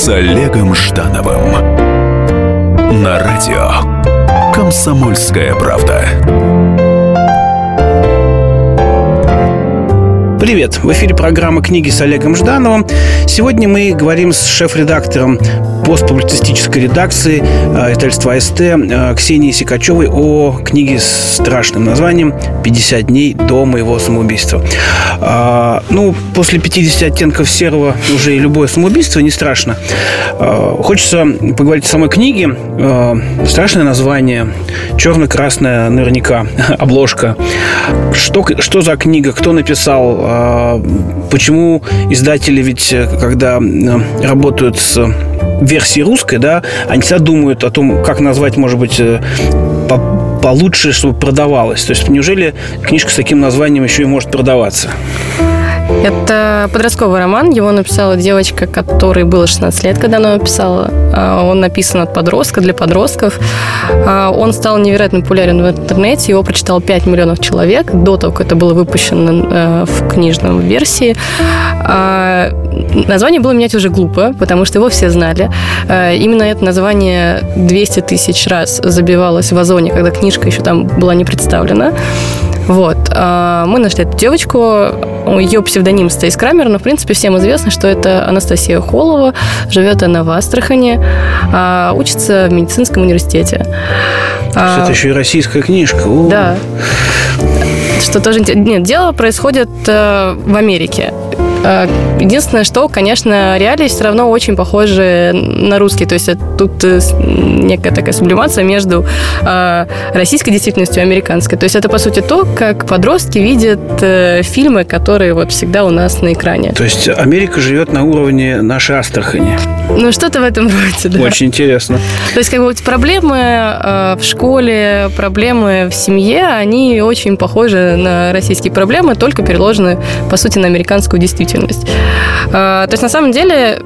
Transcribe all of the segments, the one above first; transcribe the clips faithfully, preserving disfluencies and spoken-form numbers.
с Олегом Ждановым на радио «Комсомольская правда». Привет! В эфире программа «Книги с Олегом Ждановым». Сегодня мы говорим с шеф-редактором постпублицистической редакции издательства А Эс Тэ Ксенией Сикачевой о книге с страшным названием «пятьдесят дней до моего самоубийства». А, ну, после пятидесяти оттенков серого уже и любое самоубийство не страшно. А, хочется поговорить о самой книге. А, страшное название, черно-красная наверняка обложка. Что, что за книга, кто написал? А, почему издатели ведь, когда работают с версией русской, да, они всегда думают о том, как назвать, может быть, по получше, чтобы продавалось. То есть неужели книжка с таким названием еще и может продаваться? Это подростковый роман. Его написала девочка, которой было шестнадцать лет, когда она его писала. Он написан от подростка, для подростков. Он стал невероятно популярен в интернете. Его прочитало пять миллионов человек до того, как это было выпущено в книжном версии. Название было менять уже глупо, потому что его все знали. Именно это название двести тысяч раз забивалось в Озоне, когда книжка еще там была не представлена. Вот. Мы нашли эту девочку. Ее псевдоним Стейс Крамер, но, в принципе, всем известно, что это Анастасия Холова. Живет она в Астрахани, учится в медицинском университете. То это еще и российская книжка. О. Да. Что тоже интересно. Нет, дело происходит в Америке. Единственное, что, конечно, реалии все равно очень похожи на русские. То есть тут некая такая сублимация между российской действительностью и американской. То есть это, по сути, то, как подростки видят фильмы, которые вот всегда у нас на экране. То есть Америка живет на уровне нашей Астрахани. Ну, что-то в этом роде, да. Очень интересно. То есть, как бы, проблемы в школе, проблемы в семье, они очень похожи на российские проблемы, только переложены, по сути, на американскую действительность. То есть, на самом деле,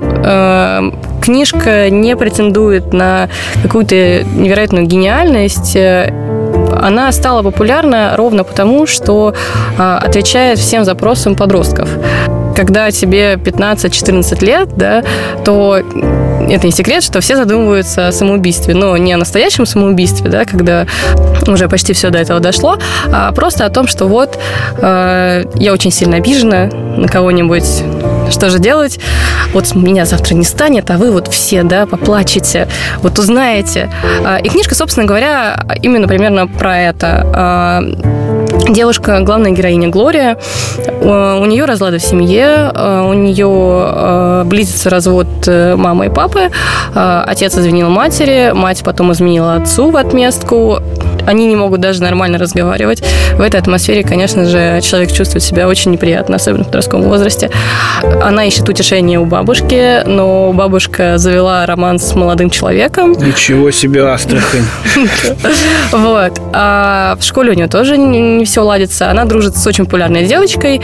книжка не претендует на какую-то невероятную гениальность. Она стала популярна ровно потому, что отвечает всем запросам подростков. Когда тебе пятнадцать-четырнадцать лет, да, то это не секрет, что все задумываются о самоубийстве. Но не о настоящем самоубийстве, да, когда уже почти все до этого дошло, а просто о том, что вот э, я очень сильно обижена на кого-нибудь. Что же делать? Вот меня завтра не станет, а вы вот все, да, поплачете, вот узнаете. И книжка, собственно говоря, именно примерно про это. Девушка, главная героиня Глория, у нее разлады в семье, у нее близится развод мамы и папы, отец изменил матери, мать потом изменила отцу в отместку. Они не могут даже нормально разговаривать. В этой атмосфере, конечно же, человек чувствует себя очень неприятно, особенно в подростковом возрасте. Она ищет утешение у бабушки, но бабушка завела роман с молодым человеком. Ничего себе, Астрахань. Вот. А в школе у нее тоже не все ладится. Она дружит с очень популярной девочкой,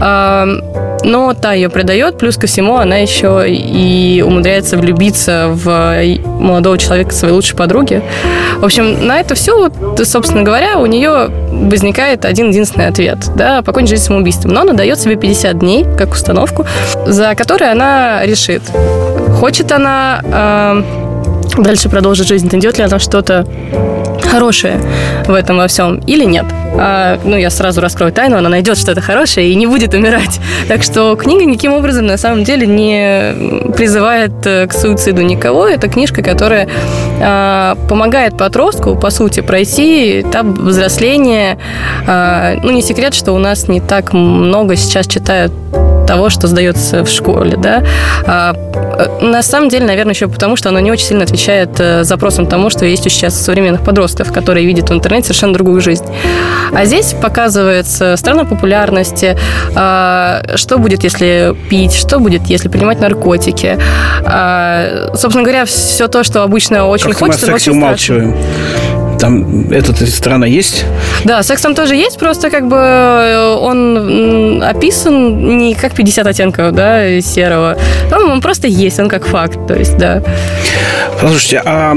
но та ее предает. Плюс ко всему, она еще и умудряется влюбиться в молодого человека, своей лучшей подруги. В общем, на это все, вот, собственно говоря, у нее возникает один-единственный ответ, да, покончить жизнь самоубийством. Но она дает себе пятьдесят дней, как установку, за которые она решит, хочет она э, дальше продолжить жизнь, найдет ли она что-то хорошее в этом во всем или нет. А, ну, я сразу раскрою тайну, она найдет что-то хорошее и не будет умирать. Так что книга никаким образом, на самом деле, не призывает к суициду никого. Это книжка, которая а, помогает подростку, по сути, пройти этап взросления. А, ну, не секрет, что у нас не так много сейчас читают того, что сдается в школе, да. А, на самом деле, наверное, еще потому, что оно не очень сильно отвечает запросам тому, что есть у сейчас современных подростков, которые видят в интернете совершенно другую жизнь. А здесь показывается страна популярности, что будет, если пить, что будет, если принимать наркотики. Собственно говоря, все то, что обычно очень как хочется, мы о сексе умалчиваем. там эта сторона есть? Да, секс там тоже есть, просто как бы он описан не как пятьдесят оттенков, да, серого. Там он просто есть, он как факт, то есть, да. Послушайте, а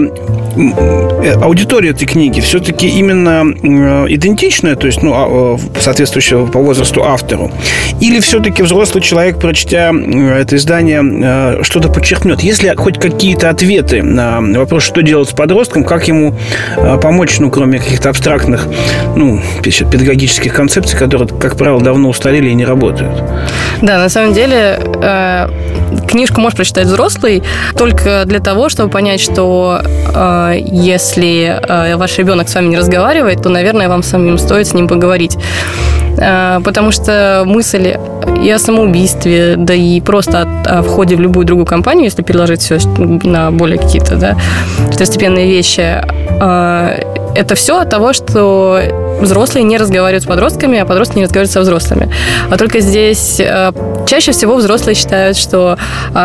аудитория этой книги все-таки именно идентичная, то есть, ну, соответствующая по возрасту автору? Или все-таки взрослый человек, прочтя это издание, что-то подчеркнет? Есть ли хоть какие-то ответы на вопрос, что делать с подростком, как ему помочь, ну, кроме каких-то абстрактных, ну, педагогических концепций, которые, как правило, давно устарели и не работают? Да, на самом деле э, книжку может прочитать взрослый только для того, чтобы понять, что э, если э, ваш ребенок с вами не разговаривает, то, наверное, вам самим стоит с ним поговорить. Э, потому что мысль и о самоубийстве, да и просто о, о входе в любую другую компанию, если переложить все на более какие-то, да, второстепенные вещи, э, это все от того, что взрослые не разговаривают с подростками, а подростки не разговаривают со взрослыми. А только здесь э, чаще всего взрослые считают, что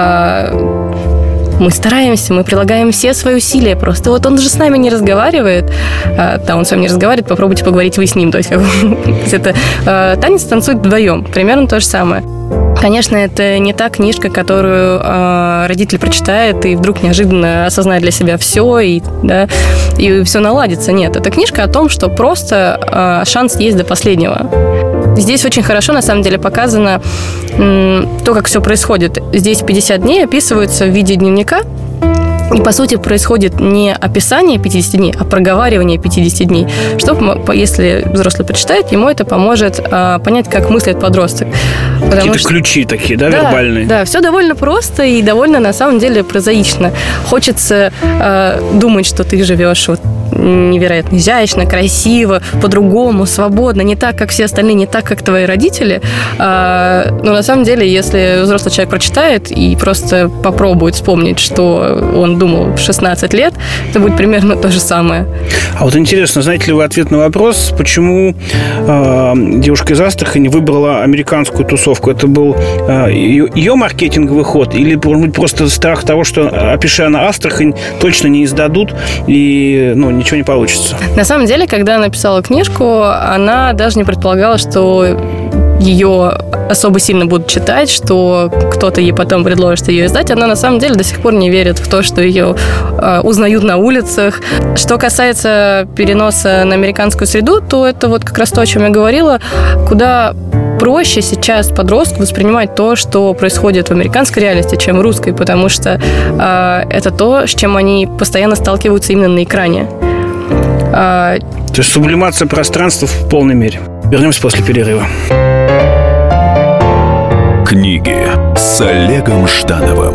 э, мы стараемся, мы прилагаем все свои усилия, просто вот он же с нами не разговаривает. Э, да, он с вами не разговаривает, попробуйте поговорить вы с ним. То есть как, это э, танец танцует вдвоем, примерно то же самое. Конечно, это не та книжка, которую э, родитель прочитает и вдруг неожиданно осознает для себя все, и, да, и все наладится. Нет, это книжка о том, что просто э, шанс есть до последнего. Здесь очень хорошо, на самом деле, показано м, то, как все происходит. Здесь пятьдесят дней описываются в виде дневника. И, по сути, происходит не описание пятидесяти дней, а проговаривание пятидесяти дней. Что, если взрослый прочитает, ему это поможет а, понять, как мыслит подросток. Какие-то что... ключи такие, да, да, вербальные? Да, все довольно просто и довольно, на самом деле, прозаично. Хочется а, думать, что ты живешь вот невероятно изящно, красиво, по-другому, свободно, не так, как все остальные, не так, как твои родители. А, но на самом деле, если взрослый человек прочитает и просто попробует вспомнить, что он думал в шестнадцать лет, это будет примерно то же самое. А вот интересно, знаете ли вы ответ на вопрос, почему э, девушка из Астрахани выбрала американскую тусовку? Это был э, ее, ее маркетинговый ход или, может быть, просто страх того, что, опиши она Астрахань, точно не издадут и, ну, ничего не получится? На самом деле, когда она писала книжку, она даже не предполагала, что ее особо сильно будут читать, что кто-то ей потом предложит ее издать. Она на самом деле до сих пор не верит в то, что ее э, узнают на улицах. Что касается переноса на американскую среду, то это вот как раз то, о чем я говорила, куда проще сейчас подростку воспринимать то, что происходит в американской реальности, чем в русской, потому что э, это то, с чем они постоянно сталкиваются именно на экране. Э, то есть сублимация пространства в полной мере. Вернемся после перерыва. Книги с Олегом Ждановым.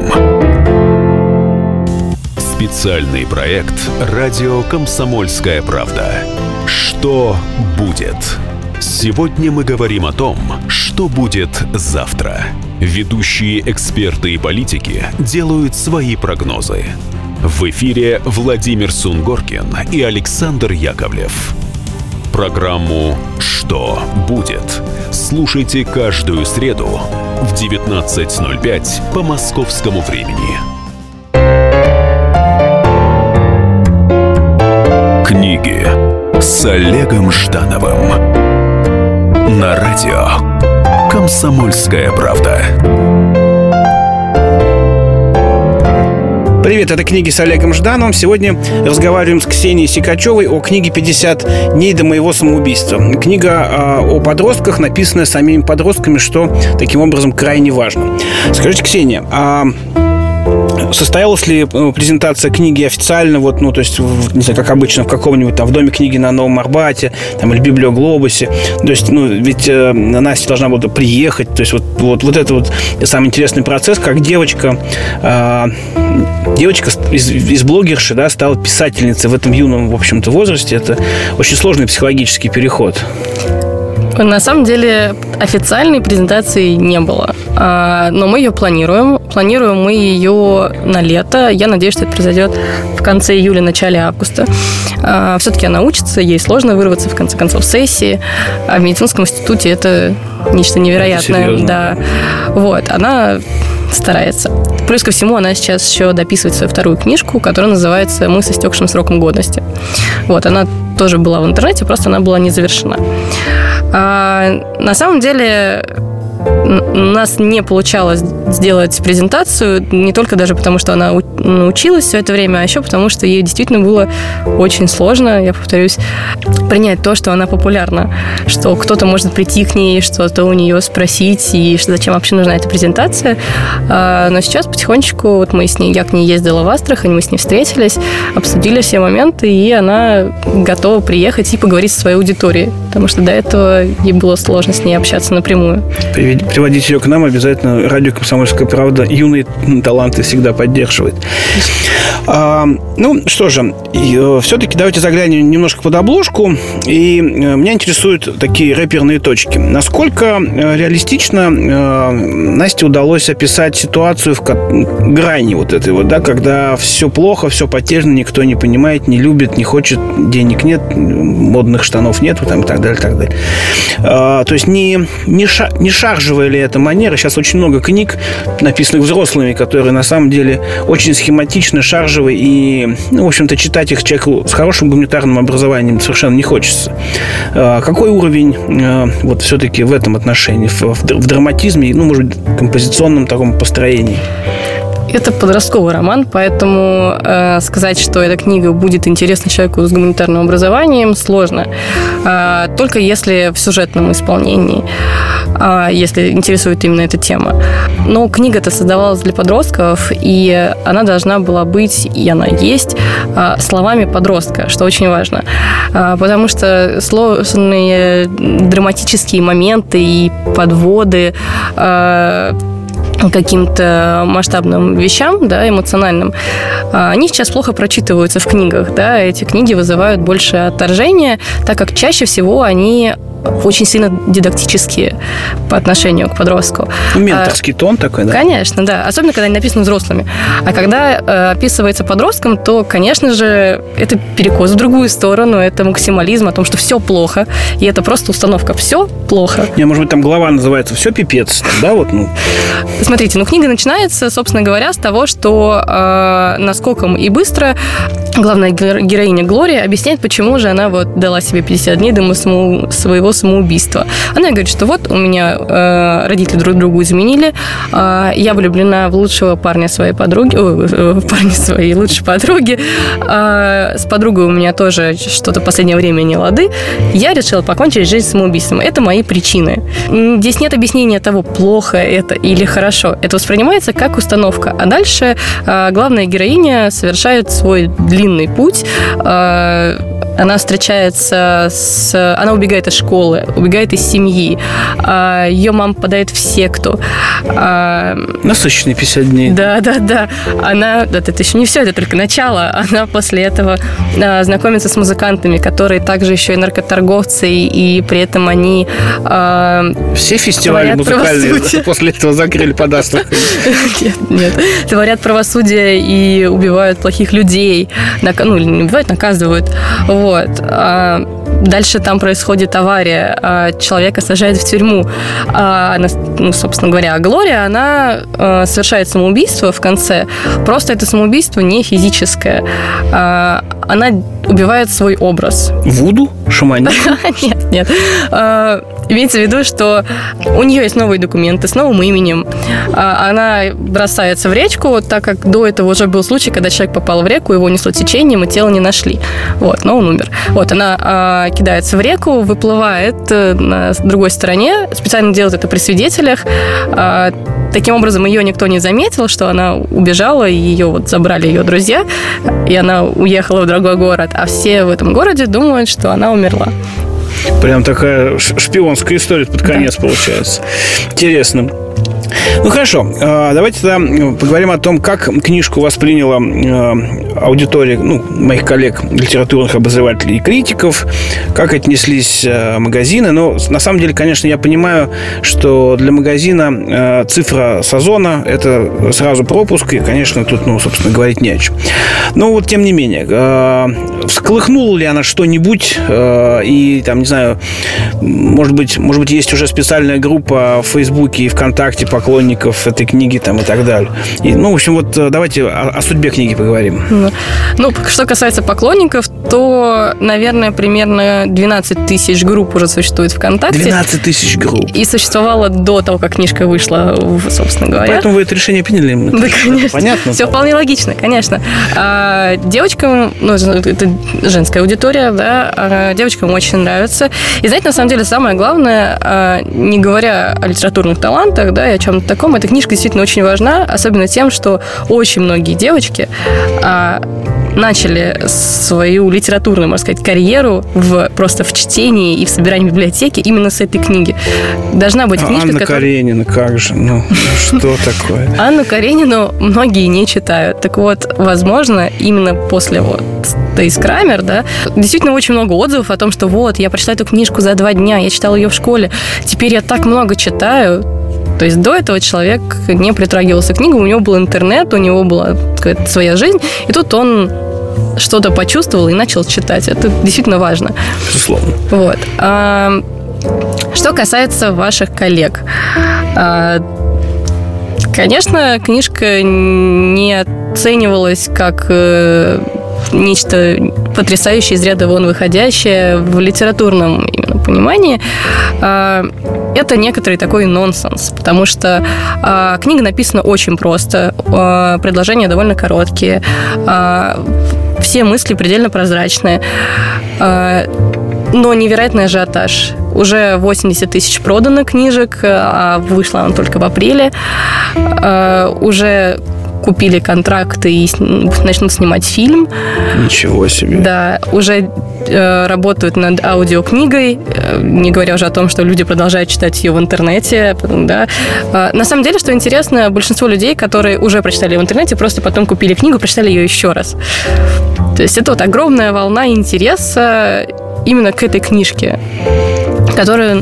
Специальный проект «Радио Комсомольская правда». Что будет? Сегодня мы говорим о том, что будет завтра. Ведущие эксперты и политики делают свои прогнозы. В эфире Владимир Сунгоркин и Александр Яковлев. Программу «Что будет?» слушайте каждую среду в девятнадцать ноль пять по московскому времени. Книги с Олегом Ждановым на радио «Комсомольская правда». Привет, это «Книги с Олегом Ждановым». Сегодня разговариваем с Ксенией Сикачевой о книге «пятьдесят дней до моего самоубийства». Книга о подростках, написанная самими подростками, что таким образом крайне важно. Скажите, Ксения, а состоялась ли презентация книги официально, вот, ну, то есть, не знаю, как обычно, в каком-нибудь там в Доме книги на Новом Арбате, там, или Библиоглобусе? То есть, ну, ведь э, Настя должна была приехать, то есть, вот, вот, вот это вот самый интересный процесс, как девочка, э, девочка из, из блогерши, да, стала писательницей в этом юном, в общем-то, возрасте. Это очень сложный психологический переход. На самом деле официальной презентации не было, но мы ее планируем. Планируем мы ее на лето. Я надеюсь, что это произойдет в конце июля, начале августа. Все-таки она учится, ей сложно вырваться, в конце концов, сессии. А в медицинском институте это нечто невероятное. Это да. Вот, она старается. Плюс ко всему, она сейчас еще дописывает свою вторую книжку, которая называется «Мы с истекшим сроком годности». Вот, она тоже была в интернете, просто она была не завершена. А, на самом деле у нас не получалось сделать презентацию не только даже потому, что она научилась все это время, а еще потому, что ей действительно было очень сложно, я повторюсь, принять то, что она популярна, что кто-то может прийти к ней, что-то у нее спросить, и зачем вообще нужна эта презентация. Но сейчас потихонечку, вот мы с ней, я к ней ездила в Астрахань, мы с ней встретились, обсудили все моменты, и она готова приехать и поговорить со своей аудиторией, потому что до этого ей было сложно с ней общаться напрямую. Приводить ее к нам обязательно. Радио «Комсомольская правда» юные таланты всегда поддерживает. А, ну, что же, все-таки давайте заглянем немножко под обложку. И меня интересуют такие рэперные точки. Насколько реалистично Насте удалось описать ситуацию в грани вот этой вот, да, когда все плохо, все потеряно, никто не понимает, не любит, не хочет, денег нет, модных штанов нет, там, и так далее, и так далее. А, то есть не, не, ша, не шаржевая ли эта манера? Сейчас очень много книг, написанных взрослыми, которые на самом деле очень схематичны, шаржевые, и, ну, в общем-то, читать их человеку с хорошим гуманитарным образованием совершенно не хочется. А, какой уровень а, вот все-таки в этом отношении, в, в, в драматизме, ну, может быть, композиционном таком построении? Это подростковый роман, поэтому э, сказать, что эта книга будет интересна человеку с гуманитарным образованием, сложно. Э, только если в сюжетном исполнении, э, если интересует именно эта тема. Но книга-то создавалась для подростков, и она должна была быть, и она есть, э, словами подростка, что очень важно. Э, потому что сложные драматические моменты и подводы э, каким-то масштабным вещам, да, эмоциональным, они сейчас плохо прочитываются в книгах, да, эти книги вызывают больше отторжения, так как чаще всего они очень сильно дидактические по отношению к подростку. Менторский а, тон такой, да? Конечно, да. Особенно, когда они написаны взрослыми. А когда э, описывается подростком, то, конечно же, это перекос в другую сторону, это максимализм о том, что все плохо, и это просто установка «все плохо». Не, может быть, там глава называется «Все пипец», там, да, вот, ну. Смотрите, ну, книга начинается, собственно говоря, с того, что э, наскоком и быстро главная героиня Глория объясняет, почему же она вот дала себе пятьдесят дней до своего самоубийства. Она говорит, что вот у меня э, родители друг другу изменили, э, я влюблена в лучшего парня своей подруги, о, парня своей лучшей подруги, э, с подругой у меня тоже что-то в последнее время не лады, я решила покончить жизнь самоубийством. Это мои причины. Здесь нет объяснения того, плохо это или хорошо. Это воспринимается как установка. А дальше э, главная героиня совершает свой длинный путь. Э, она встречается с... Она убегает из школы, убегает из семьи. Э, ее мама попадает в секту. Э, Насыщенные пятьдесят дней. Да, да, да. Она... Да, это еще не все, это только начало. Она после этого э, знакомится с музыкантами, которые также еще и наркоторговцы, и, и при этом они... Э, Все фестивали музыкальные после этого закрыли под Астрахань. Нет, нет. Творят правосудие и убивают плохих людей. Ну, или не убивают, наказывают. Вот. А дальше там происходит авария. А человека сажают в тюрьму. А, ну, собственно говоря, Глория, она а, совершает самоубийство в конце. Просто это самоубийство не физическое. А, она убивает свой образ. Вуду? Шаманизм? Нет, нет. Имеется в виду, что у нее есть новые документы с новым именем. Она бросается в речку, так как до этого уже был случай, когда человек попал в реку, его несло течением, и тело не нашли. Вот, но он умер. Вот, она а, кидается в реку, выплывает на другой стороне, специально делает это при свидетелях. А, таким образом, ее никто не заметил, что она убежала, и ее вот забрали ее друзья, и она уехала в другой город. А все в этом городе думают, что она умерла. Прям такая шпионская история под конец, да, получается. Интересно. Ну, хорошо. Давайте тогда поговорим о том, как книжку восприняла аудитория, ну, моих коллег, литературных обозревателей и критиков, как отнеслись магазины. Но, на самом деле, конечно, я понимаю, что для магазина цифра с Озона – это сразу пропуск, и, конечно, тут, ну, собственно, говорить не о чем. Но вот, тем не менее, всколыхнула ли она что-нибудь, и, там, не знаю, может быть, может быть, есть уже специальная группа в Фейсбуке и ВКонтакте поклонников этой книги там, и так далее. И, ну, в общем, вот давайте о, о судьбе книги поговорим. Ну, что касается поклонников, то, наверное, примерно двенадцать тысяч групп уже существует ВКонтакте. двенадцать тысяч групп. И существовало до того, как книжка вышла, собственно говоря. Поэтому вы это решение приняли? Да, конечно. Понятно? Все вполне логично, конечно. А девочкам, ну, это женская аудитория, да, а девочкам очень нравится. И, знаете, на самом деле, самое главное, не говоря о литературных талантах, да, и о чем-то таком, эта книжка действительно очень важна, особенно тем, что очень многие девочки а, начали свою литературную, можно сказать, карьеру в, просто в чтении и в собирании библиотеки именно с этой книги. Должна быть книжка, Анна которая... Каренина, как же, ну, что такое? Анну Каренину многие не читают. Так вот, возможно, именно после вот Тейс Крамер, да, действительно очень много отзывов о том, что вот, я прочитала эту книжку за два дня, я читала ее в школе, теперь я так много читаю. То есть до этого человек не притрагивался к книгам, у него был интернет, у него была какая-то своя жизнь, и тут он что-то почувствовал и начал читать. Это действительно важно. Безусловно. Вот. А, что касается ваших коллег. А, конечно, книжка не оценивалась как э, нечто потрясающее, из ряда вон выходящее в литературном именно понимании. А, это некоторый такой нонсенс, потому что а, книга написана очень просто, а, предложения довольно короткие, а, все мысли предельно прозрачные, а, но невероятный ажиотаж. Уже восемьдесят тысяч продано книжек, а вышла она только в апреле. А, уже купили контракты и начнут снимать фильм. Ничего себе. Да, уже э, работают над аудиокнигой, э, не говоря уже о том, что люди продолжают читать ее в интернете. Да. Э, на самом деле, что интересно, большинство людей, которые уже прочитали ее в интернете, просто потом купили книгу, прочитали ее еще раз. То есть это вот огромная волна интереса именно к этой книжке, которую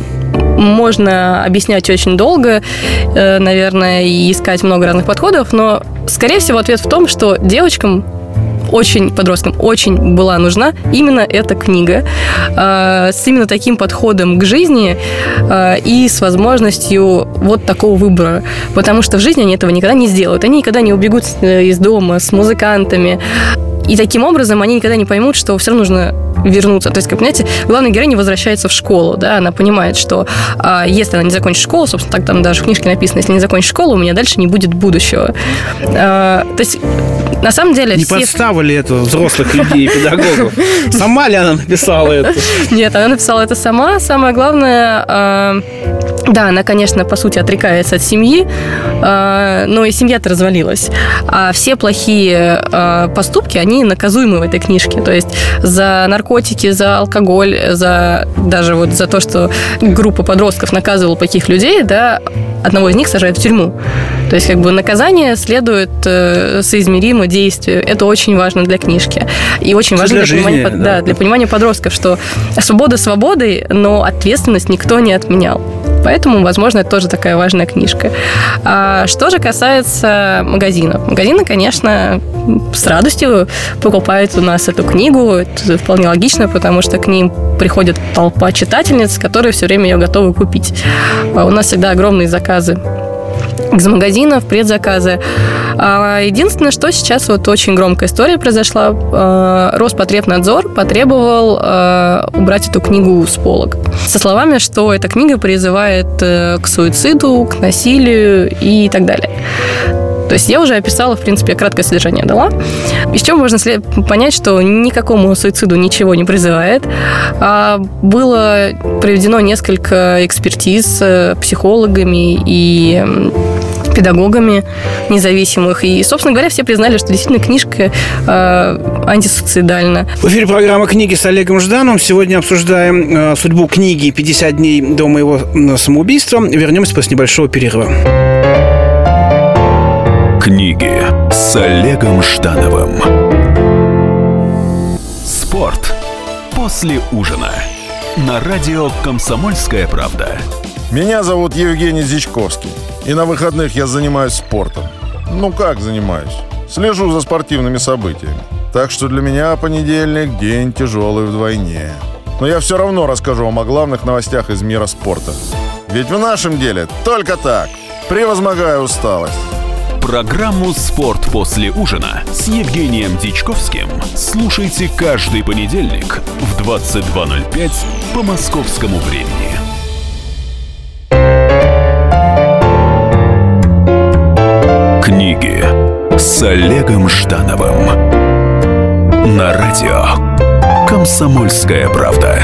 можно объяснять очень долго, наверное, и искать много разных подходов, но, скорее всего, ответ в том, что девочкам, очень подросткам, очень была нужна именно эта книга э, с именно таким подходом к жизни э, и с возможностью вот такого выбора. Потому что в жизни они этого никогда не сделают. Они никогда не убегут из дома с музыкантами. И таким образом они никогда не поймут, что все равно нужно вернуться. То есть, как понимаете, главная героиня возвращается в школу, да, она понимает, что а, если она не закончит школу, собственно, так там даже в книжке написано, если не закончишь школу, у меня дальше не будет будущего. А, то есть, на самом деле... Не все... подстава ли это взрослых людей и педагогов? Сама ли она написала это? Нет, она написала это сама. Самое главное... А... Да, она, конечно, по сути, отрекается от семьи, но и семья-то развалилась. А все плохие поступки, они наказуемы в этой книжке. То есть за наркотики, за алкоголь, за даже вот за то, что группа подростков наказывала плохих людей, да, одного из них сажают в тюрьму. То есть как бы наказание следует соизмеримо действию. Это очень важно для книжки. И очень важно для, для, жизни, понимания, да. Да, для понимания подростков, что свобода свободой, но ответственность никто не отменял. Поэтому, возможно, это тоже такая важная книжка. А что же касается магазинов. Магазины, конечно, с радостью покупают у нас эту книгу. Это вполне логично, потому что к ним приходит толпа читательниц, которые все время ее готовы купить. А у нас всегда огромные заказы из магазинов, предзаказы. Единственное, что сейчас вот очень громкая история произошла. Роспотребнадзор потребовал убрать эту книгу с полок. Со словами, что эта книга призывает к суициду, к насилию и так далее. То есть я уже описала, в принципе, краткое содержание дала. Из чего можно понять, что никакому суициду ничего не призывает. Было проведено несколько экспертиз психологами и педагогами независимых. И, собственно говоря, все признали, что действительно книжка антисуицидально. В эфире программа «Книги» с Олегом Ждановым. Сегодня обсуждаем э, судьбу книги «пятьдесят дней до моего самоубийства». Вернемся после небольшого перерыва. Книги с Олегом Ждановым. Спорт после ужина. На радио «Комсомольская правда». Меня зовут Евгений Зичковский. И на выходных я занимаюсь спортом. Ну как занимаюсь? Слежу за спортивными событиями. Так что для меня понедельник – день тяжелый вдвойне. Но я все равно расскажу вам о главных новостях из мира спорта. Ведь в нашем деле только так. Превозмогая усталость. Программу «Спорт после ужина» с Евгением Дичковским слушайте каждый понедельник в двадцать два ноль пять по московскому времени. Книги с Олегом Ждановым на радио «Комсомольская правда».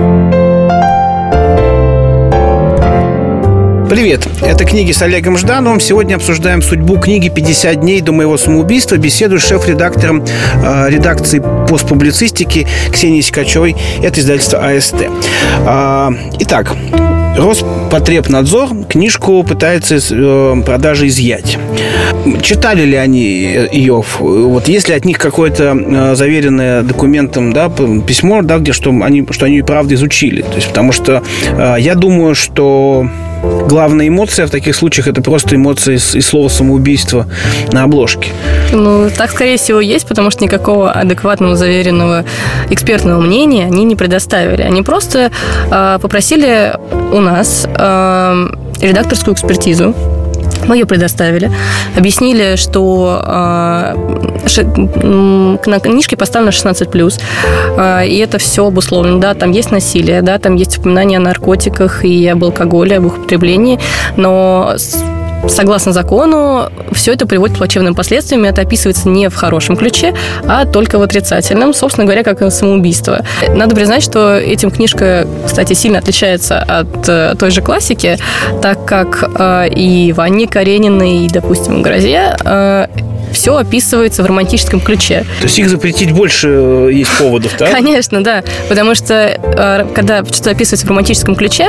Привет, это «Книги» с Олегом Ждановым. Сегодня обсуждаем судьбу книги «пятьдесят дней до моего самоубийства». Беседую с шеф-редактором э, редакции постпублицистики Ксенией Сикачевой. Это издательство АСТ. Э, итак, Роспотребнадзор книжку пытается из э, продажи изъять. Читали ли они ее? Вот есть ли от них какое-то э, заверенное документом, да, письмо, да, где что они, что они правда изучили? То есть, потому что э, я думаю, что главная эмоция в таких случаях — это просто эмоции и слова «самоубийство» на обложке. Ну, так, скорее всего, есть, потому что никакого адекватного, заверенного экспертного мнения они не предоставили. Они просто э, попросили у нас э, редакторскую экспертизу. Мы ее предоставили. Объяснили, что э, ши, на книжке поставлено шестнадцать плюс, э, и это все обусловлено. Да, там есть насилие, да, там есть упоминание о наркотиках и об алкоголе, об их употреблении, но согласно закону, все это приводит к плачевным последствиям, и это описывается не в хорошем ключе, а только в отрицательном, собственно говоря, как самоубийство. Надо признать, что этим книжка, кстати, сильно отличается от э, той же классики, так как э, и в Анне Карениной, и, допустим, в «Грозе» э, все описывается в романтическом ключе. То есть их запретить больше есть поводов, да? Конечно, да. Потому что, когда что-то описывается в романтическом ключе,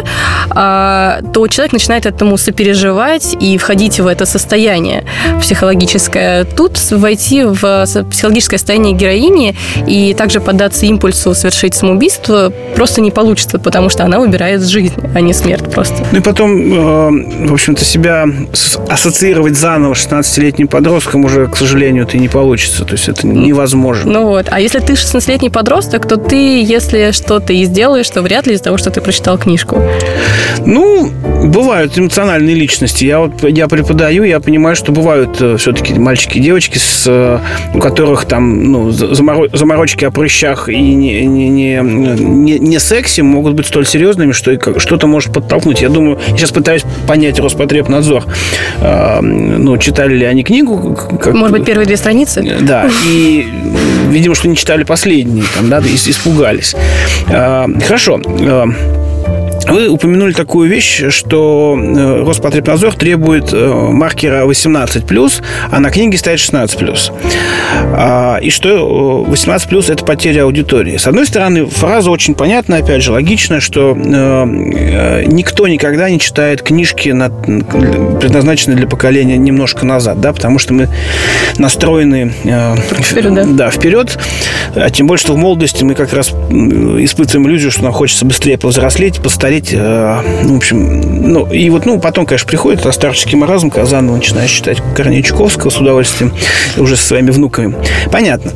то человек начинает этому сопереживать и входить в это состояние психологическое. Тут войти в психологическое состояние героини и также поддаться импульсу совершить самоубийство просто не получится, потому что она выбирает жизнь, а не смерть просто. Ну и потом, в общем-то, себя ассоциировать заново шестнадцатилетним подростком уже, к сожалению, это не получится. То есть это невозможно. Ну вот. А если ты шестнадцатилетний подросток, то ты, если что-то и сделаешь, то вряд ли из-за того, что ты прочитал книжку. Ну, бывают эмоциональные личности. Я вот я преподаю, я понимаю, что бывают все-таки мальчики и девочки, с, у которых там ну, заморочки о прыщах и не, не, не, не, не сексе могут быть столь серьезными, что и что-то может подтолкнуть. Я думаю, я сейчас пытаюсь понять Роспотребнадзор. Ну, читали ли они книгу? Как... Может быть, первые две страницы? Да, и, видимо, что не читали последние, там, да, испугались. Хорошо. Вы упомянули такую вещь, что Роспотребнадзор требует маркера восемнадцать плюс, а на книге стоит шестнадцать плюс. И что восемнадцать плюс – это потеря аудитории. С одной стороны, фраза очень понятная, опять же, логичная, что никто никогда не читает книжки, предназначенные для поколения немножко назад, да, потому что мы настроены вперед, да. Да, вперед. А тем более, что в молодости мы как раз испытываем иллюзию, что нам хочется быстрее повзрослеть, постареть. Ну, в общем, ну, и вот, ну, потом, конечно, приходит старческий маразм, когда заново начинаешь читать Корнея Чуковского с удовольствием, уже со своими внуками. Понятно.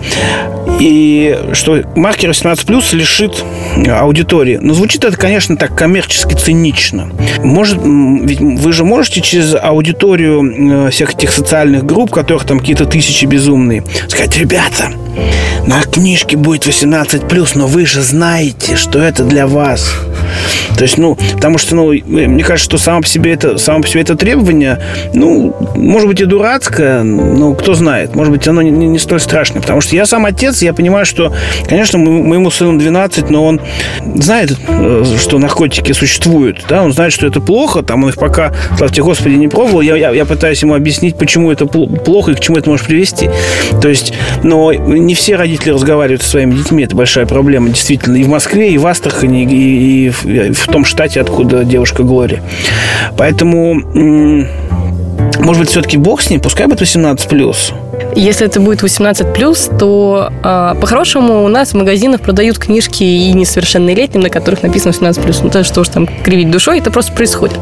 И что маркер восемнадцать плюс лишит аудитории. Но звучит это, конечно, так коммерчески цинично. Может, ведь вы же можете через аудиторию всех этих социальных групп, которых там какие-то тысячи безумные, сказать: ребята, на книжке будет восемнадцать плюс, но вы же знаете, что это для вас. То есть, ну, потому что, ну, мне кажется, что само по себе это, само по себе это требование, ну, может быть, и дурацкое, но кто знает, может быть, оно не, не столь страшное. Потому что я сам отец, я я понимаю, что, конечно, моему сыну двенадцать, но он знает, что наркотики существуют, да, он знает, что это плохо, там он их пока, славьте Господи, не пробовал, я, я, я пытаюсь ему объяснить, почему это плохо и к чему это может привести. То есть, но не все родители разговаривают со своими детьми, это большая проблема, действительно, и в Москве, и в Астрахани, и, и, в, и в том штате, откуда девушка Глория. Поэтому, может быть, все-таки бог с ним, пускай будет восемнадцать плюс. Если это будет восемнадцать плюс, то э, по-хорошему у нас в магазинах продают книжки и несовершеннолетним, на которых написано восемнадцать плюс. Ну, то что уж там кривить душой, это просто происходит.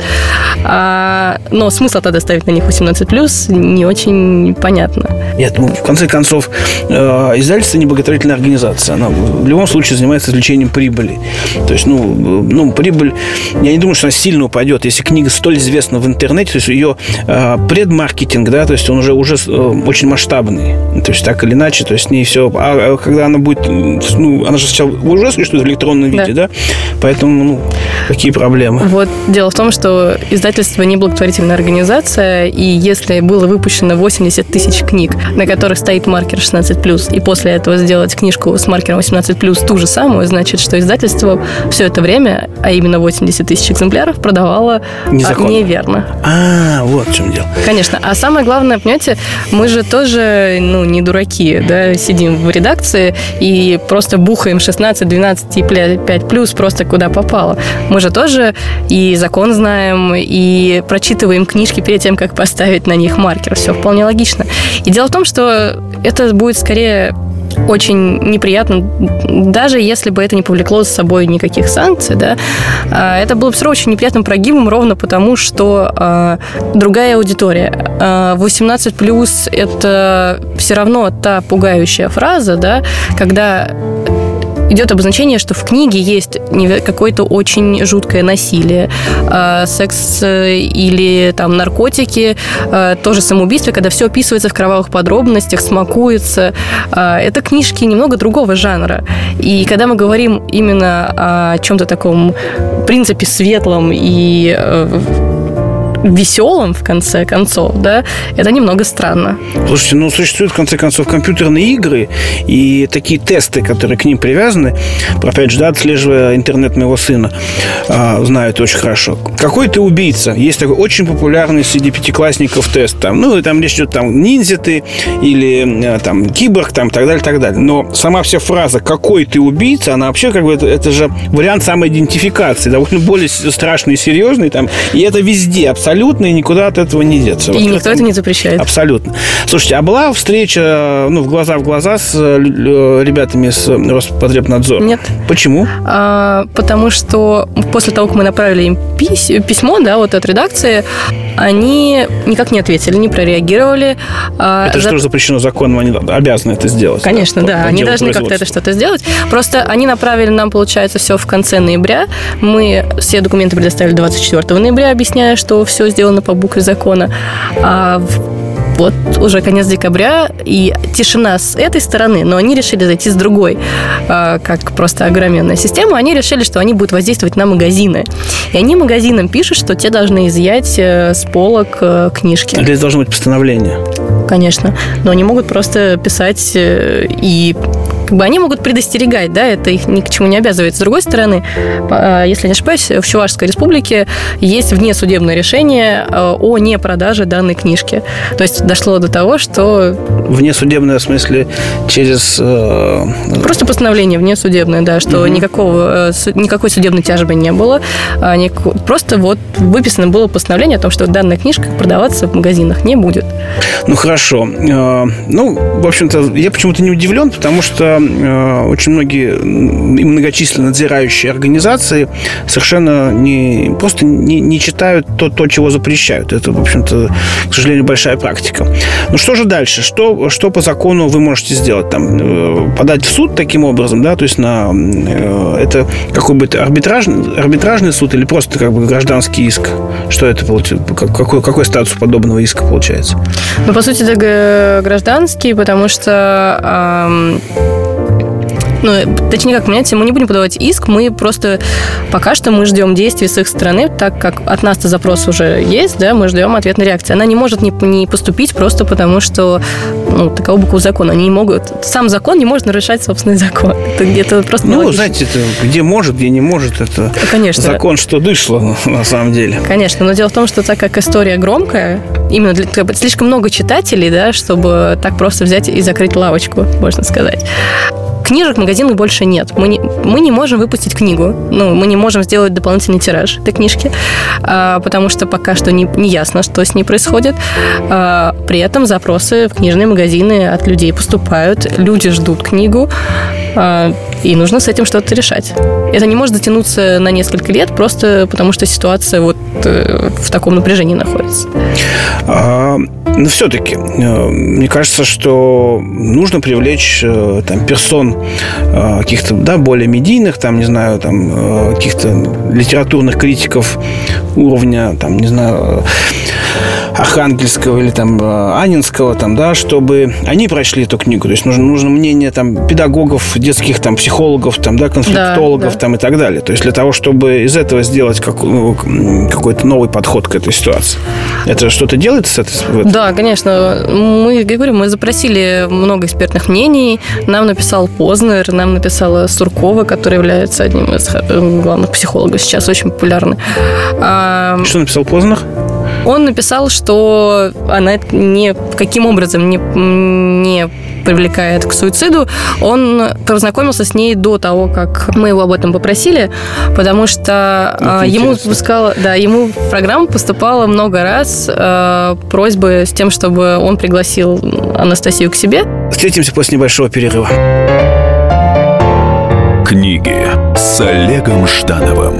А, но смысл тогда ставить на них восемнадцать плюс не очень понятно. Нет, ну, в конце концов, э, издательство не благотворительная организация. Она в любом случае занимается извлечением прибыли. То есть, ну, ну, прибыль, я не думаю, что она сильно упадет, если книга столь известна в интернете, то есть ее э, предмаркетинг, да, то есть он уже, уже э, очень масштабный. То есть так или иначе, то есть не все. А когда она будет, ну, она же сейчас уже существует в электронном виде, да? да? Поэтому, ну, какие проблемы? Вот дело в том, что издательство не благотворительная организация, и если было выпущено восемьдесят тысяч книг, на которых стоит маркер шестнадцать плюс, и после этого сделать книжку с маркером восемнадцать плюс ту же самую, значит, что издательство все это время, а именно восемьдесят тысяч экземпляров, продавало незаконно. Неверно. А, вот в чем дело. Конечно. А самое главное, понимаете, мы же тоже, ну, не дураки, да, сидим в редакции и просто бухаем шестнадцать, двенадцать и пять плюс просто куда попало. Мы же тоже и закон знаем, и прочитываем книжки перед тем, как поставить на них маркер. Все вполне логично. И дело в том, что это будет скорее очень неприятно, даже если бы это не повлекло за собой никаких санкций, да, это было бы все равно очень неприятным прогибом, ровно потому, что а, другая аудитория. А, восемнадцать плюс это все равно та пугающая фраза, да, когда идет обозначение, что в книге есть какое-то очень жуткое насилие, секс или там наркотики, тоже самоубийство, когда все описывается в кровавых подробностях, смакуется. Это книжки немного другого жанра. И когда мы говорим именно о чем-то таком, в принципе, светлом и веселым, в конце концов, да, это немного странно. Слушайте, ну, существуют, в конце концов, компьютерные игры и такие тесты, которые к ним привязаны. Опять же, да, отслеживая интернет моего сына, а, знаю это очень хорошо. Какой ты убийца? Есть такой очень популярный среди пятиклассников тест. Там, ну, и там речь идет там ниндзя ты или там киборг, там, так далее, так далее. Но сама вся фраза «какой ты убийца», она вообще как бы, это, это же вариант самоидентификации, довольно более страшный и серьезный. Там, и это везде абсолютно. Абсолютно, и никуда от этого не деться. И вот никто это, это не запрещает. Абсолютно. Слушайте, а была встреча, ну, в глаза в глаза с ребятами с Роспотребнадзора? Нет. Почему? А, потому что после того, как мы направили им пись, письмо, да, вот от редакции, они никак не ответили, не прореагировали. Это же тоже запрещено законом, они обязаны это сделать. Конечно, да. да. Они должны как-то это что-то сделать. Просто они направили нам, получается, все в конце ноября. Мы все документы предоставили двадцать четвёртого ноября, объясняя, что все сделано по букве закона. А вот уже конец декабря, и тишина с этой стороны, но они решили зайти с другой, как просто огроменная система. Они решили, что они будут воздействовать на магазины. И они магазинам пишут, что те должны изъять с полок книжки. Здесь должно быть постановление. Конечно. Но они могут просто писать и... Как бы они могут предостерегать, да, это их ни к чему не обязывает. С другой стороны, если не ошибаюсь, в Чувашской республике есть внесудебное решение о непродаже данной книжки. То есть дошло до того, что... Внесудебное в смысле через... Э... Просто постановление внесудебное, да, что угу. никакого, никакой судебной тяжбы не было. Просто вот выписано было постановление о том, что данная книжка продаваться в магазинах не будет. Ну, хорошо. Ну, в общем-то, я почему-то не удивлен, потому что очень многие и многочисленные надзирающие организации совершенно не, просто не, не читают то, то, чего запрещают. Это, в общем-то, к сожалению, большая практика. Ну, что же дальше? Что, что по закону вы можете сделать? Там, подать в суд таким образом, да? То есть на это какой-бы арбитражный, арбитражный суд или просто как бы гражданский иск? Что это получается? Какой, какой статус подобного иска получается? Ну, по сути, это гражданский, потому что... Эм... Ну, точнее, как, понимаете, мы не будем подавать иск, мы просто пока что мы ждем действий с их стороны, так как от нас-то запрос уже есть, да, мы ждем ответной реакции. Она не может не, не поступить просто потому, что, ну, такова буква закона. Они не могут... Сам закон не может нарушать собственный закон. Это где-то просто... Ну, знаете, это где может, где не может, это Конечно. Закон, что дышло, на самом деле. Конечно, но дело в том, что так как история громкая, именно для, как бы, слишком много читателей, да, чтобы так просто взять и закрыть лавочку, можно сказать. Книжек в магазинах больше нет. Мы не, мы не можем выпустить книгу. Ну, мы не можем сделать дополнительный тираж этой книжки, а, потому что пока что не, не ясно, что с ней происходит. А, при этом запросы в книжные магазины от людей поступают. Люди ждут книгу, а, и нужно с этим что-то решать. Это не может затянуться на несколько лет, просто потому что ситуация вот э, в таком напряжении находится. А, но все-таки, мне кажется, что нужно привлечь там персон каких-то, да, более медийных, там, не знаю, там, каких-то литературных критиков уровня, там, не знаю, Архангельского или там Анинского, там, да, чтобы они прочли эту книгу. То есть нужно, нужно мнение там педагогов, детских там психологов, там, да, конфликтологов, да, да. там и так далее. То есть для того, чтобы из этого сделать как, ну, какой-то новый подход к этой ситуации. Это что-то делается с этой? Да, конечно. Мы, говорю, мы запросили много экспертных мнений. Нам написал Познер, нам написала Суркова, которая является одним из главных психологов сейчас, очень популярный. Что написал Познер? Он написал, что она не, каким образом не, не привлекает к суициду. Он познакомился с ней до того, как мы его об этом попросили, потому что ну, ему пускало, да, ему в программу поступало много раз э, просьбы с тем, чтобы он пригласил Анастасию к себе. Встретимся после небольшого перерыва. Книги с Олегом Ждановым.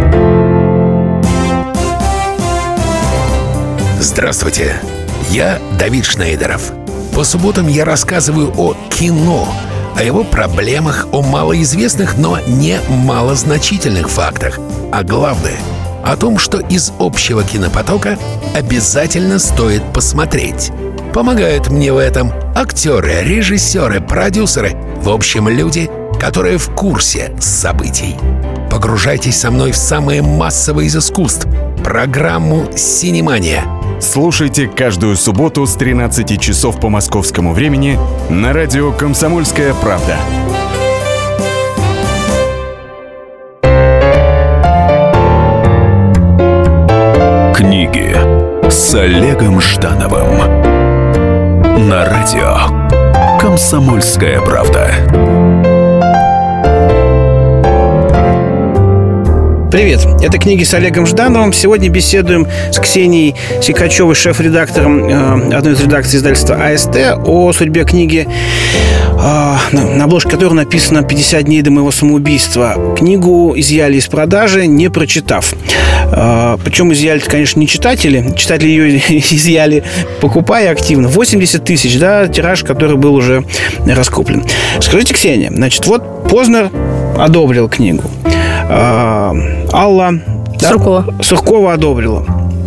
Здравствуйте, я Давид Шнейдеров. По субботам я рассказываю о кино, о его проблемах, о малоизвестных, но не малозначительных фактах. А главное, о том, что из общего кинопотока обязательно стоит посмотреть. Помогают мне в этом актеры, режиссеры, продюсеры, в общем, люди, которые в курсе событий. Погружайтесь со мной в самое массовое из искусств — программу «Синемания». Слушайте каждую субботу с тринадцати часов по московскому времени на радио «Комсомольская правда». Книги с Олегом Ждановым на радио «Комсомольская правда». Привет, это «Книги с Олегом Ждановым». Сегодня беседуем с Ксенией Сикачевой, шеф-редактором э, одной из редакций издательства АСТ, о судьбе книги, э, на обложке которой написано «пятьдесят дней до моего самоубийства». Книгу изъяли из продажи, не прочитав. Э, причем изъяли, конечно, не читатели. Читатели ее изъяли, покупая активно. восемьдесят тысяч, да, тираж, который был уже раскуплен. Скажите, Ксения, значит, вот Познер одобрил книгу. Алла Суркова. Да, Суркова одобрила.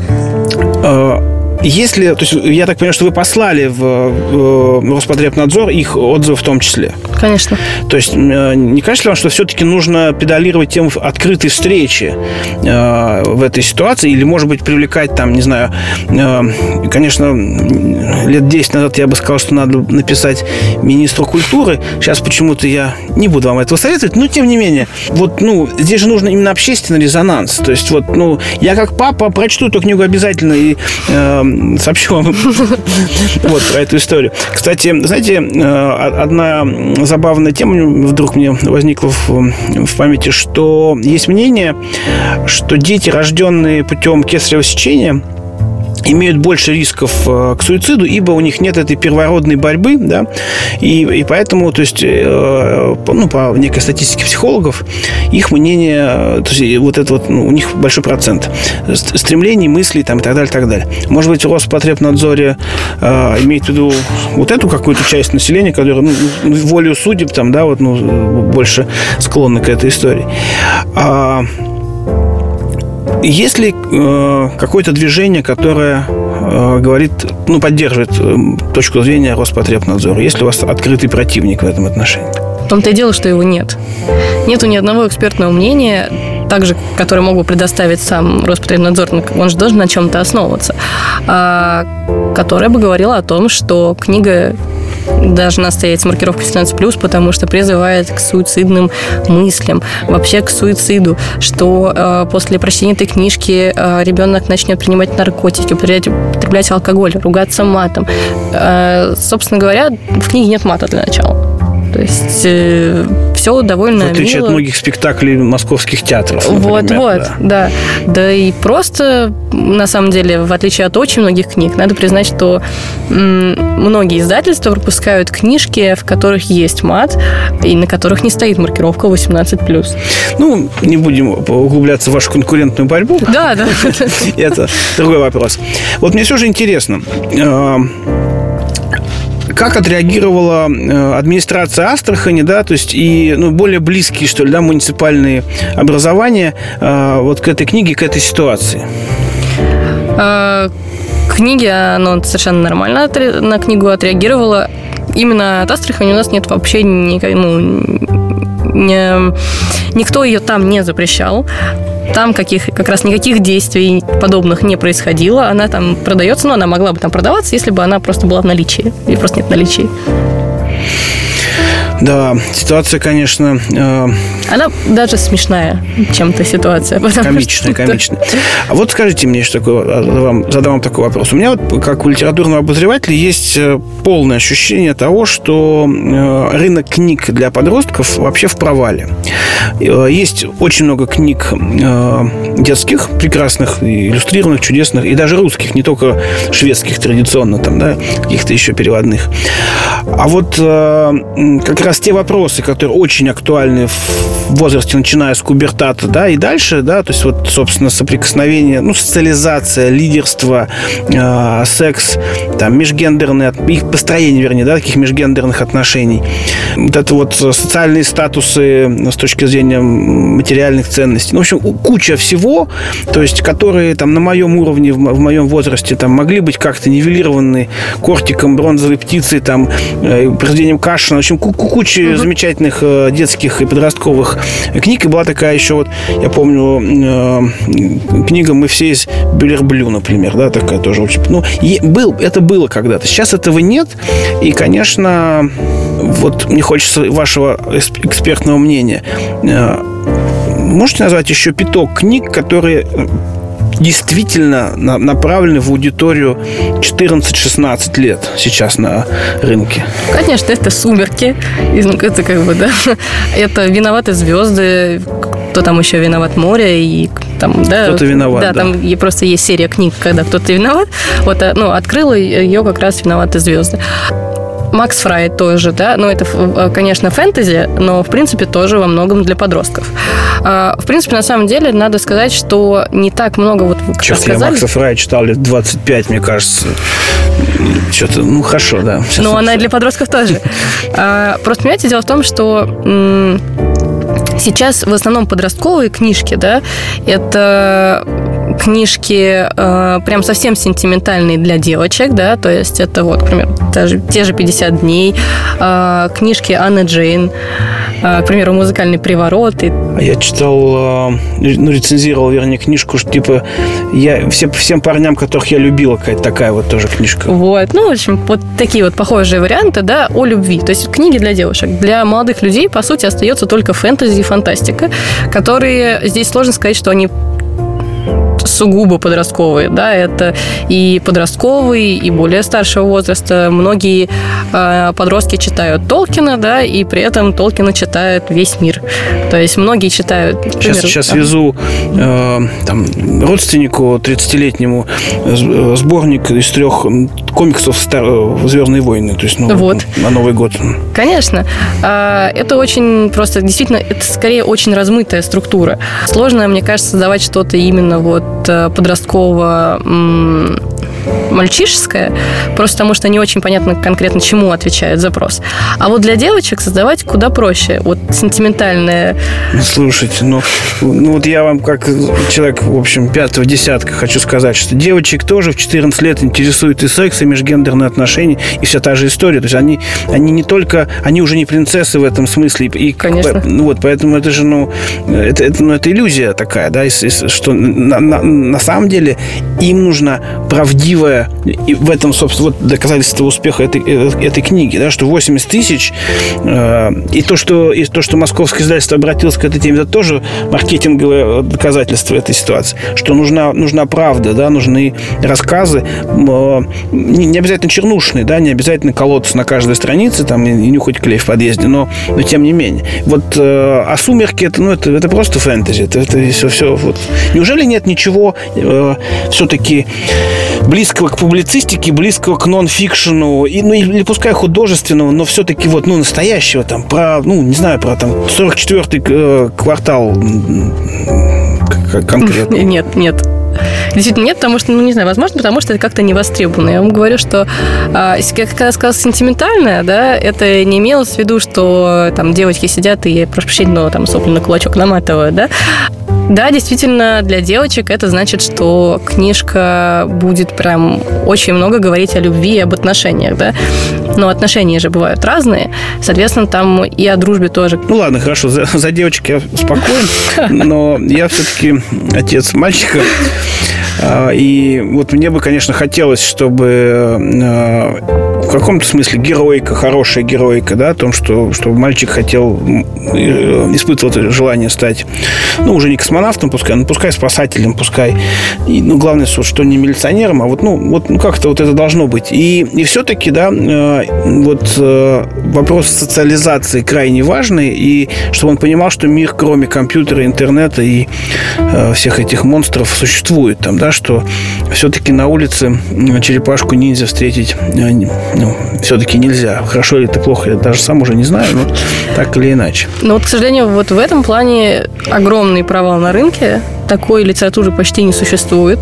Если, то есть, я так понимаю, что вы послали в Роспотребнадзор их отзывы в том числе. Конечно. То есть, не кажется ли вам, что все-таки нужно педалировать тему открытой встречи э, в этой ситуации? Или, может быть, привлекать там, не знаю, э, конечно, лет десять назад я бы сказал, что надо написать министру культуры. Сейчас почему-то я не буду вам этого советовать, но, тем не менее, вот, ну, здесь же нужно именно общественный резонанс. То есть, вот, ну, я как папа прочту эту книгу обязательно и э, сообщу вам вот про эту историю. Кстати, знаете, одна забавная тема вдруг мне возникла в, в памяти, что есть мнение, что дети, рожденные путем кесарево сечения, имеют больше рисков к суициду, ибо у них нет этой первородной борьбы, да, и, и поэтому, то есть, э, ну, по некой статистике психологов, их мнение, то есть, вот это вот, ну, у них большой процент стремлений, мыслей, там, и так далее, и так далее. Может быть, в Роспотребнадзоре э, имеет в виду вот эту какую-то часть населения, которая, ну, волею судеб, там, да, вот, ну, больше склонна к этой истории. А есть ли э, какое-то движение, которое э, говорит, ну, поддерживает э, точку зрения Роспотребнадзора? Есть ли у вас открытый противник в этом отношении? том-то и дело, что его нет. Нету ни одного экспертного мнения, также, которое мог бы предоставить сам Роспотребнадзор, он же должен на чем-то основываться, а, которое бы говорило о том, что книга должна стоять с маркировкой семнадцать плюс, потому что призывает к суицидным мыслям, вообще к суициду, что э, после прочтения этой книжки э, ребенок начнет принимать наркотики, употреблять, употреблять алкоголь, ругаться матом. Э, собственно говоря, в книге нет мата для начала. То есть э, все довольно в отличие мило. от многих спектаклей московских театров, Вот, например, вот, да. да. Да и просто, на самом деле, в отличие от очень многих книг, надо признать, что м, многие издательства выпускают книжки, в которых есть мат, и на которых не стоит маркировка восемнадцать плюс. Ну, не будем углубляться в вашу конкурентную борьбу. Да, да. Это другой вопрос. Вот мне все же интересно, как отреагировала администрация Астрахани, да, то есть и ну, более близкие, что ли, да, муниципальные образования вот к этой книге, к этой ситуации? Книги, оно совершенно нормально на книгу отреагировало. Именно от Астрахани у нас нет вообще никакой, ну, не, никто ее там не запрещал. Там каких, как раз никаких действий подобных не происходило. Она там продается, но она могла бы там продаваться, если бы она просто была в наличии. Или просто нет в наличии. Да, ситуация, конечно... Э... Она даже смешная чем-то ситуация. Комичная, что... комичная. А вот скажите мне, что такое, задам, задам вам такой вопрос. У меня вот, как у литературного обозревателя, есть полное ощущение того, что э, рынок книг для подростков вообще в провале. Э, есть очень много книг э, детских, прекрасных, иллюстрированных, чудесных, и даже русских, не только шведских традиционно, там, да, каких-то еще переводных. А вот э, как раз те вопросы, которые очень актуальны в возрасте, начиная с пубертата, да, и дальше, да, то есть вот, собственно, соприкосновение, ну, социализация, лидерство, э, секс, там, межгендерные, их построение, вернее, да, таких межгендерных отношений. Вот это вот социальные статусы с точки зрения материальных ценностей. Ну, в общем, куча всего, то есть, которые там на моем уровне, в, в моем возрасте, там, могли быть как-то нивелированы кортиком, бронзовой птицей, там, э, произведением Кашина, в общем, куча uh-huh. замечательных э, детских и подростковых книг. И была такая еще, вот, я помню, э, книга «Мы все из Бюллер-Блю», например, да, такая тоже очень... Ну, и был, это было когда-то. Сейчас этого нет. И, конечно, вот мне хочется вашего экспертного мнения. Э, можете назвать еще пяток книг, которые... действительно направлены в аудиторию четырнадцать-шестнадцать лет сейчас на рынке? Конечно, это «Сумерки». Это как бы, да. Это «Виноваты звезды». Кто там еще виноват? «Море». И там, да, кто-то виноват, да. Да, там просто есть серия книг, когда кто-то виноват. Вот, ну, открыла ее как раз «Виноваты звезды». Макс Фрай тоже, да, ну, это, конечно, фэнтези, но, в принципе, тоже во многом для подростков. В принципе, на самом деле, надо сказать, что не так много, вот, как Сейчас сказали... я Макса Фрая читал лет двадцать пять, мне кажется. Что-то, ну, хорошо, да. Сейчас но она и для подростков тоже. Просто, понимаете, дело в том, что сейчас в основном подростковые книжки, да, это... книжки э, прям совсем сентиментальные для девочек, да, то есть это вот, например, даже, те же пятьдесят дней, э, книжки Анны Джейн, э, к примеру, «Музыкальный приворот». И... Я читал, э, ну, рецензировал, вернее, книжку, что, типа, я, все, всем парням, которых я любила, какая-то такая вот тоже книжка. Вот, ну, в общем, вот такие вот похожие варианты, да, о любви. То есть книги для девушек. Для молодых людей, по сути, остается только фэнтези и фантастика, которые, здесь сложно сказать, что они сугубо подростковые, да, это и подростковые, и более старшего возраста. Многие э, подростки читают Толкина, да, и при этом Толкина читают весь мир. То есть многие читают... Сейчас, сейчас везу э, там, родственнику тридцатилетнему сборник из трех комиксов «Звездные войны», то есть, ну, вот. На Новый год. Конечно. Это очень просто, действительно, это скорее очень размытая структура. Сложно, мне кажется, создавать что-то именно вот подросткового мальчишеское, просто потому что не очень понятно конкретно, чему отвечает запрос. А вот для девочек создавать куда проще. Вот сентиментальное... Слушайте, ну, ну вот я вам как человек, в общем, пятого десятка хочу сказать, что девочек тоже в четырнадцать лет интересует и секс, и межгендерные отношения, и вся та же история. То есть они, они не только... Они уже не принцессы в этом смысле. И, конечно. Ну вот, поэтому это же, ну... Это, это, ну, это иллюзия такая, да, что на, на, на самом деле им нужна правдивая... И в этом, собственно, вот доказательство успеха этой, этой книги, да, что восемьдесят тысяч, э, и, то, что, и то, что московское издательство обратилось к этой теме, это тоже маркетинговое доказательство этой ситуации, что нужна, нужна правда, да, нужны рассказы, э, не, не обязательно чернушные, да, не обязательно колоться на каждой странице там, и, и нюхать клей в подъезде, но, но тем не менее. Вот, э, а «Сумерки» это, ну, это, это просто фэнтези, это, это все, все вот. Неужели нет ничего э, все-таки близкого к публицистике, близкого к нон-фикшену, и, ну, или пускай художественного, но все-таки вот, ну, настоящего, там, про, ну, не знаю, про там сорок четвёртый э, квартал конкретно? Нет, нет. Действительно нет, потому что, ну, не знаю, возможно, потому что это как-то не востребовано. Я вам говорю, что, а, когда я сказала сентиментальное, да, это не имелось в виду, что там девочки сидят и, прошу прощения, но там сопли на кулачок наматывают, да. Да, действительно, для девочек это значит, что книжка будет прям очень много говорить о любви и об отношениях, да. Но отношения же бывают разные, соответственно, там и о дружбе тоже. Ну ладно, хорошо, за, за девочек я спокоен, но я все-таки отец мальчика. И вот мне бы, конечно, хотелось, чтобы в каком-то смысле героика, хорошая героика, да, о том, что, чтобы мальчик хотел, испытывал желание стать, ну, уже не космонавтом, пускай, ну, пускай спасателем, пускай, и, ну, главное, что не милиционером, а вот, ну, вот, ну, как-то вот это должно быть. И, и все-таки, да, вот вопрос социализации крайне важный, и чтобы он понимал, что мир, кроме компьютера, интернета и всех этих монстров, существует там, да, что все-таки на улице черепашку-ниндзя встретить, ну, все-таки нельзя. Хорошо или это плохо, я даже сам уже не знаю, но так или иначе. Но вот, к сожалению, вот в этом плане огромный провал на рынке. Такой литературы почти не существует.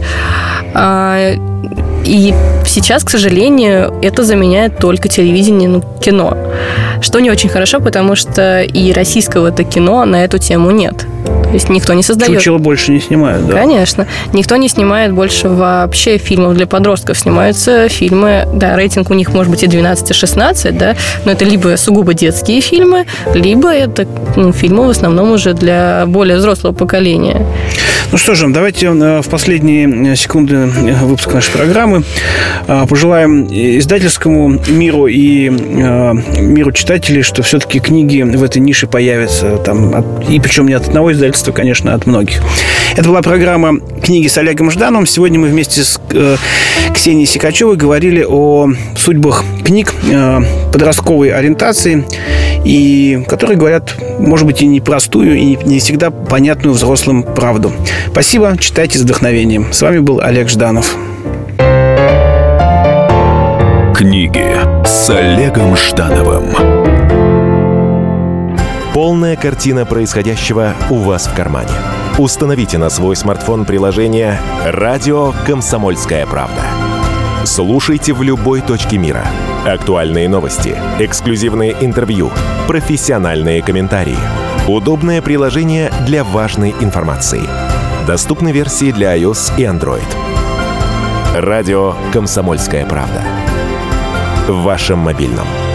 И сейчас, к сожалению, это заменяет только телевидение, ну, кино. Что не очень хорошо, потому что и российского-то кино на эту тему нет. То есть никто не создает. Чучело больше не снимают, да? Конечно. Никто не снимает больше вообще фильмов для подростков. Снимаются фильмы, да, рейтинг у них может быть и двенадцать-шестнадцать, да, но это либо сугубо детские фильмы, либо это, ну, фильмы в основном уже для более взрослого поколения. Ну что же, давайте в последние секунды выпуска нашей программы пожелаем издательскому миру и миру читателей, что все-таки книги в этой нише появятся там, и причем не от одного издательства, конечно, а от многих. Это была программа «Книги с Олегом Ждановым». Сегодня мы вместе с Ксенией Сикачевой говорили о судьбах книг подростковой ориентации, и которые говорят, может быть, и непростую, и не всегда понятную взрослым правду. Спасибо, читайте с вдохновением. С вами был Олег Жданов. Книги с Олегом Ждановым. Полная картина происходящего у вас в кармане. Установите на свой смартфон приложение «Радио Комсомольская правда». Слушайте в любой точке мира. Актуальные новости, эксклюзивные интервью, профессиональные комментарии. Удобное приложение для важной информации. Доступны версии для iOS и Android. Радио «Комсомольская правда». В вашем мобильном.